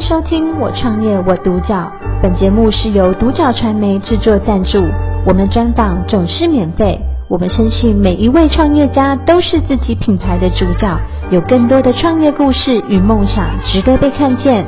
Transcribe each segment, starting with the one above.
收听《我创业我独角》，本节目是由独角传媒制作赞助，我们专访总是免费。我们深信每一位创业家都是自己品牌的主角，有更多的创业故事与梦想值得被看见。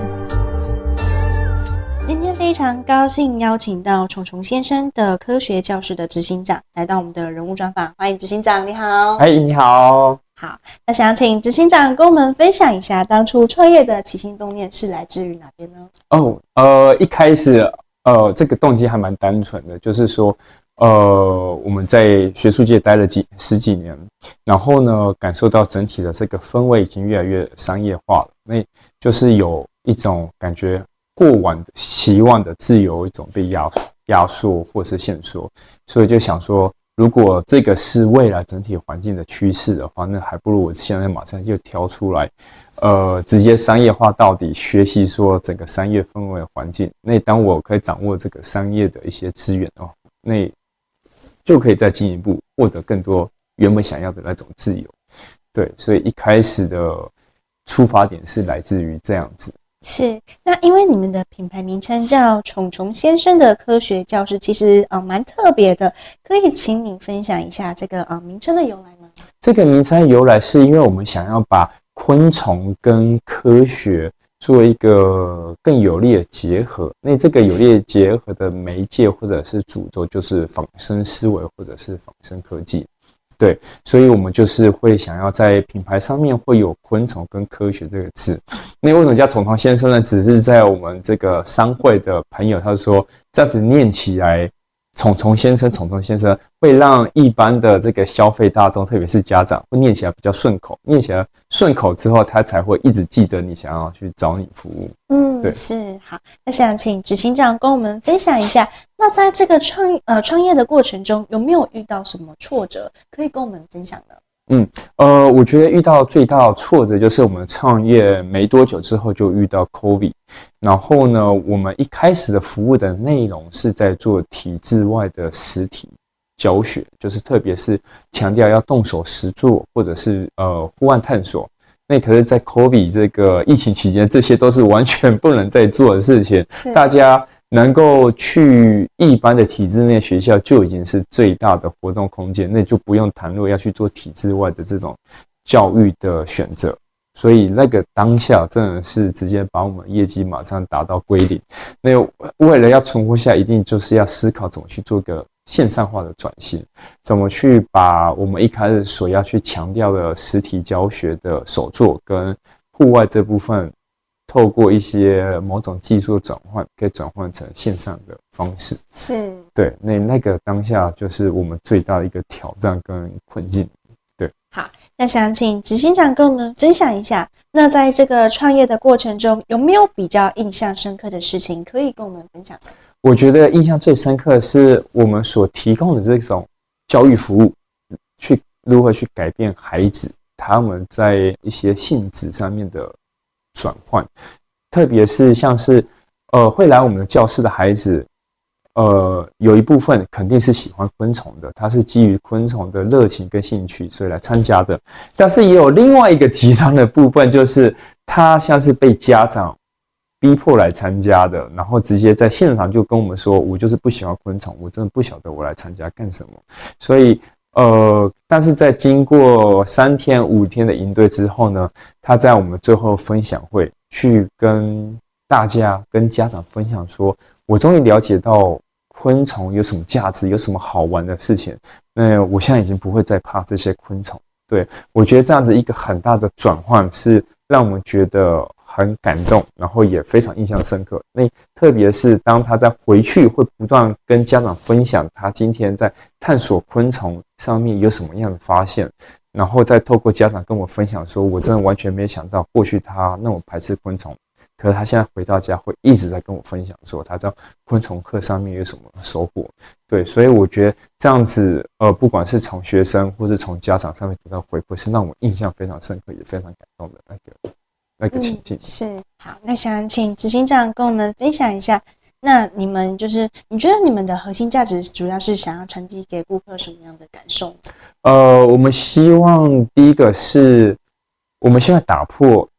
今天非常高兴邀请到虫虫先生的科学教室的执行长来到我们的人物专访，欢迎执行长，你好。 你好。 好，那想请执行长跟我们分享一下当初创业的起心动念是来自于哪边呢？ 一开始这个动机还蛮单纯的，就是说我们在学术界待了十几年，然后呢感受到整体的这个氛围已经越来越商业化了，那就是有一种感觉过往的期望的自由一种被压缩或是限缩，所以就想说如果这个是未来整体环境的趋势的话，那还不如我现在马上就挑出来直接商业化到底，学习说整个商业氛围环境，那当我可以掌握这个商业的一些资源那就可以再进一步获得更多原本想要的那种自由。对，所以一开始的出发点是来自于这样子。 是，那因为你们的品牌名称叫虫虫先生的科学教室，其实蛮特别的，可以请你分享一下这个名称的由来吗？ 这个名称由来是因为我们想要把昆虫跟科学做一个更有力的结合，那这个有力的结合的媒介或者是主轴就是仿生思维或者是仿生科技。对，所以我们就是会想要在品牌上面会有昆虫跟科学这个字。那为什么叫虫虫先生呢？只是在我们这个商会的朋友他说这样子念起来虫虫先生会让一般的这个消费大众特别是家长会念起来比较顺口，念起来顺口之后他才会一直记得你想要去找你服务。对， 是。好，那想请执行长跟我们分享一下，那在这个创业的过程中有没有遇到什么挫折可以跟我们分享呢？ 我觉得遇到最大的挫折就是我们创业没多久之后就遇到 COVID， 然后呢，我们一开始的服务的内容是在做体制外的实体教学，就是特别是强调要动手实做或者是户外探索。那可是在 COVID 这个疫情期间，这些都是完全不能再做的事情，大家能够去一般的体制内学校就已经是最大的活动空间，那就不用谈论要去做体制外的这种教育的选择。所以那个当下真的是直接把我们业绩马上达到归零。那为了要存活下来，一定就是要思考怎么去做个线上化的转型，怎么去把我们一开始所要去强调的实体教学的手作跟户外这部分，透过一些某种技术转换，可以转换成线上的方式。 是。 对，那个当下就是我们最大的一个挑战跟困境。对。 好，那想请执行长跟我们分享一下，那在这个创业的过程中，有没有比较印象深刻的事情可以跟我们分享的？ 我觉得印象最深刻的是我们所提供的这种教育服务，如何去改变孩子他们在一些性质上面的转换，特别是像是会来我们的教室的孩子，有一部分肯定是喜欢昆虫的，他是基于昆虫的热情跟兴趣所以来参加的，但是也有另外一个极端的部分，就是他像是被家长逼迫来参加的，然后直接在现场就跟我们说，我就是不喜欢昆虫，我真的不晓得我来参加干什么。所以但是在经过3天5天的营队之后呢，他在我们最后分享会去跟大家跟家长分享说，我终于了解到昆虫有什么价值，有什么好玩的事情，那我现在已经不会再怕这些昆虫。对，我觉得这样子一个很大的转换是让我们觉得很感动，然后也非常印象深刻。那特别是当他在回去会不断跟家长分享他今天在探索昆虫上面有什么样的发现，然后再透过家长跟我分享说，我真的完全没想到过去他那么排斥昆虫，可是他现在回到家会一直在跟我分享说他在昆虫课上面有什么收获。对，所以我觉得这样子不管是从学生或是从家长上面得到回馈，是让我印象非常深刻也非常感动的那个情境。 是。好，那想请执行长跟我们分享一下，那你们就是你觉得你们的核心价值主要是想要传递给顾客什么样的感受？ 我们希望第一个是我们希望打破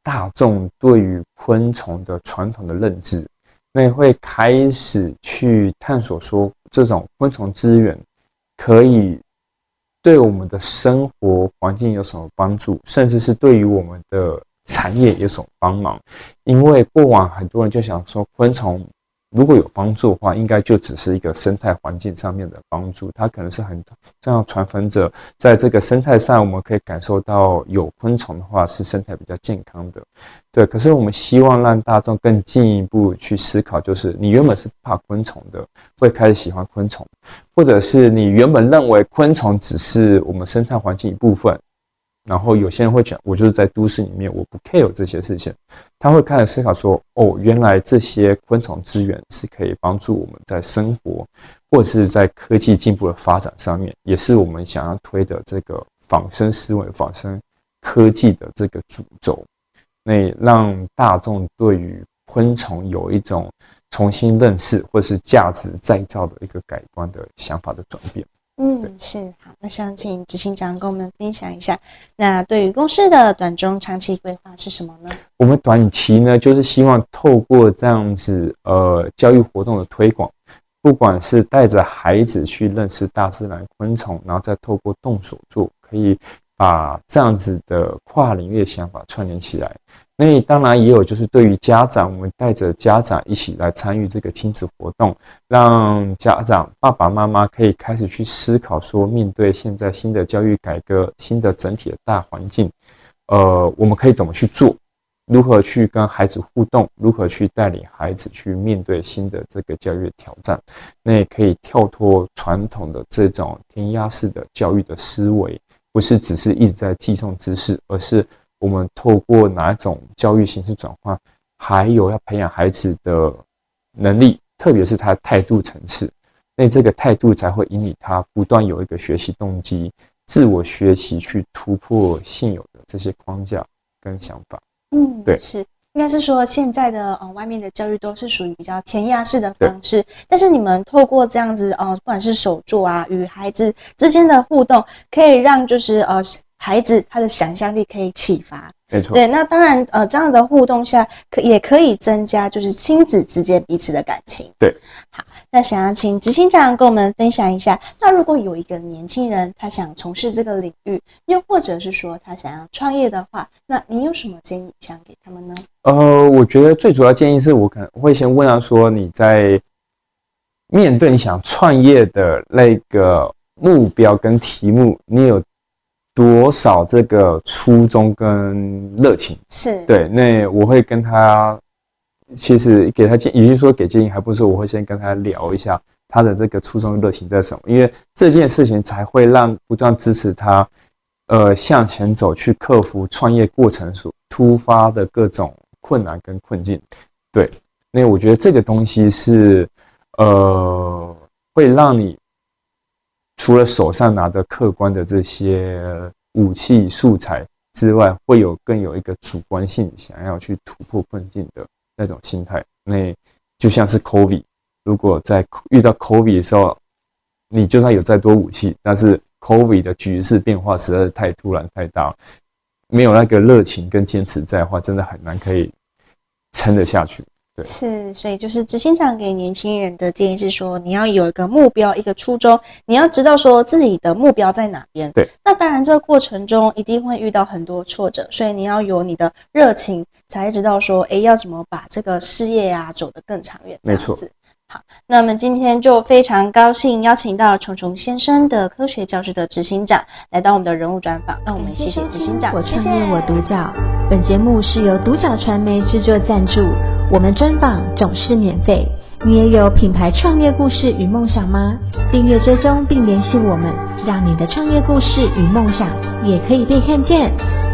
大众对于昆虫的传统的认知，那会开始去探索说这种昆虫资源可以对我们的生活环境有什么帮助，甚至是对于我们的产业有什么帮忙。因为过往很多人就想说昆虫如果有帮助的话，应该就只是一个生态环境上面的帮助，它可能是很重要传承者，在这个生态上我们可以感受到有昆虫的话是生态比较健康的。对，可是我们希望让大众更进一步去思考，就是你原本是怕昆虫的，会开始喜欢昆虫，或者是你原本认为昆虫只是我们生态环境一部分，然后有些人会讲，我就是在都市里面，我不 care 这些事情，他会开始思考说，哦，原来这些昆虫资源是可以帮助我们在生活或者是在科技进步的发展上面，也是我们想要推的这个仿生思维、仿生科技的这个主轴，那让大众对于昆虫有一种重新认识或是价值再造的一个改观的想法的转变。 是好，那想请执行长跟我们分享一下，那对于公司的短中长期规划是什么呢？ 我们短期呢，就是希望透过这样子教育活动的推广，不管是带着孩子去认识大自然昆虫，然后再透过动手做，可以把这样子的跨领域的想法串联起来。那当然也有就是对于家长，我们带着家长一起来参与这个亲子活动，让家长爸爸妈妈可以开始去思考说，面对现在新的教育改革，新的整体的大环境，我们可以怎么去做？如何去跟孩子互动？如何去带领孩子去面对新的这个教育挑战？那也可以跳脱传统的这种填鸭式的教育的思维，不是只是一直在记诵知识，而是我们透过哪一种教育形式转换，还有要培养孩子的能力，特别是他态度层次，那这个态度才会引领他不断有一个学习动机，自我学习去突破现有的这些框架跟想法。对， 是应该是说现在的外面的教育都是属于比较填鸭式的方式，但是你们透过这样子不管是手作啊，与孩子之间的互动，可以让就是孩子他的想象力可以启发。 没错。 对，那当然这样的互动下也可以增加就是亲子之间彼此的感情。 对， 好，那想要请执行长跟我们分享一下，那如果有一个年轻人他想从事这个领域，又或者是说他想要创业的话，那你有什么建议想给他们呢？ 我觉得最主要建议是我可能会先问他说，你在面对你想创业的那个目标跟题目，你有多少这个初衷跟热情？ 是， 对，那我会跟他，其实给他建议，也就是说给建议，还不是我会先跟他聊一下他的这个初衷热情在什么，因为这件事情才会让不断支持他，向前走，去克服创业过程所突发的各种困难跟困境。对，那我觉得这个东西是，会让你除了手上拿的客观的这些武器素材之外，会更有一个主观性，想要去突破困境的那种心态。那就像是 COVID， 如果在遇到 COVID 的时候，你就算有再多武器，但是 COVID 的局势变化实在是太突然太大，没有那个热情跟坚持在的话，真的很难可以撑得下去。对， 是，所以就是执行长给年轻人的建议是说，你要有一个目标，一个初衷，你要知道说自己的目标在哪边。 对， 那当然这个过程中一定会遇到很多挫折，所以你要有你的热情，才会知道说，要怎么把这个事业啊走得更长远。 没错。 好，那我们今天就非常高兴邀请到虫虫先生的科学教室的执行长来到我们的人物专访，那我们谢谢执行长。 我创业我独角，本节目是由独角传媒制作赞助，我们专访总是免费。你也有品牌创业故事与梦想吗？订阅追踪并联系我们，让你的创业故事与梦想也可以被看见。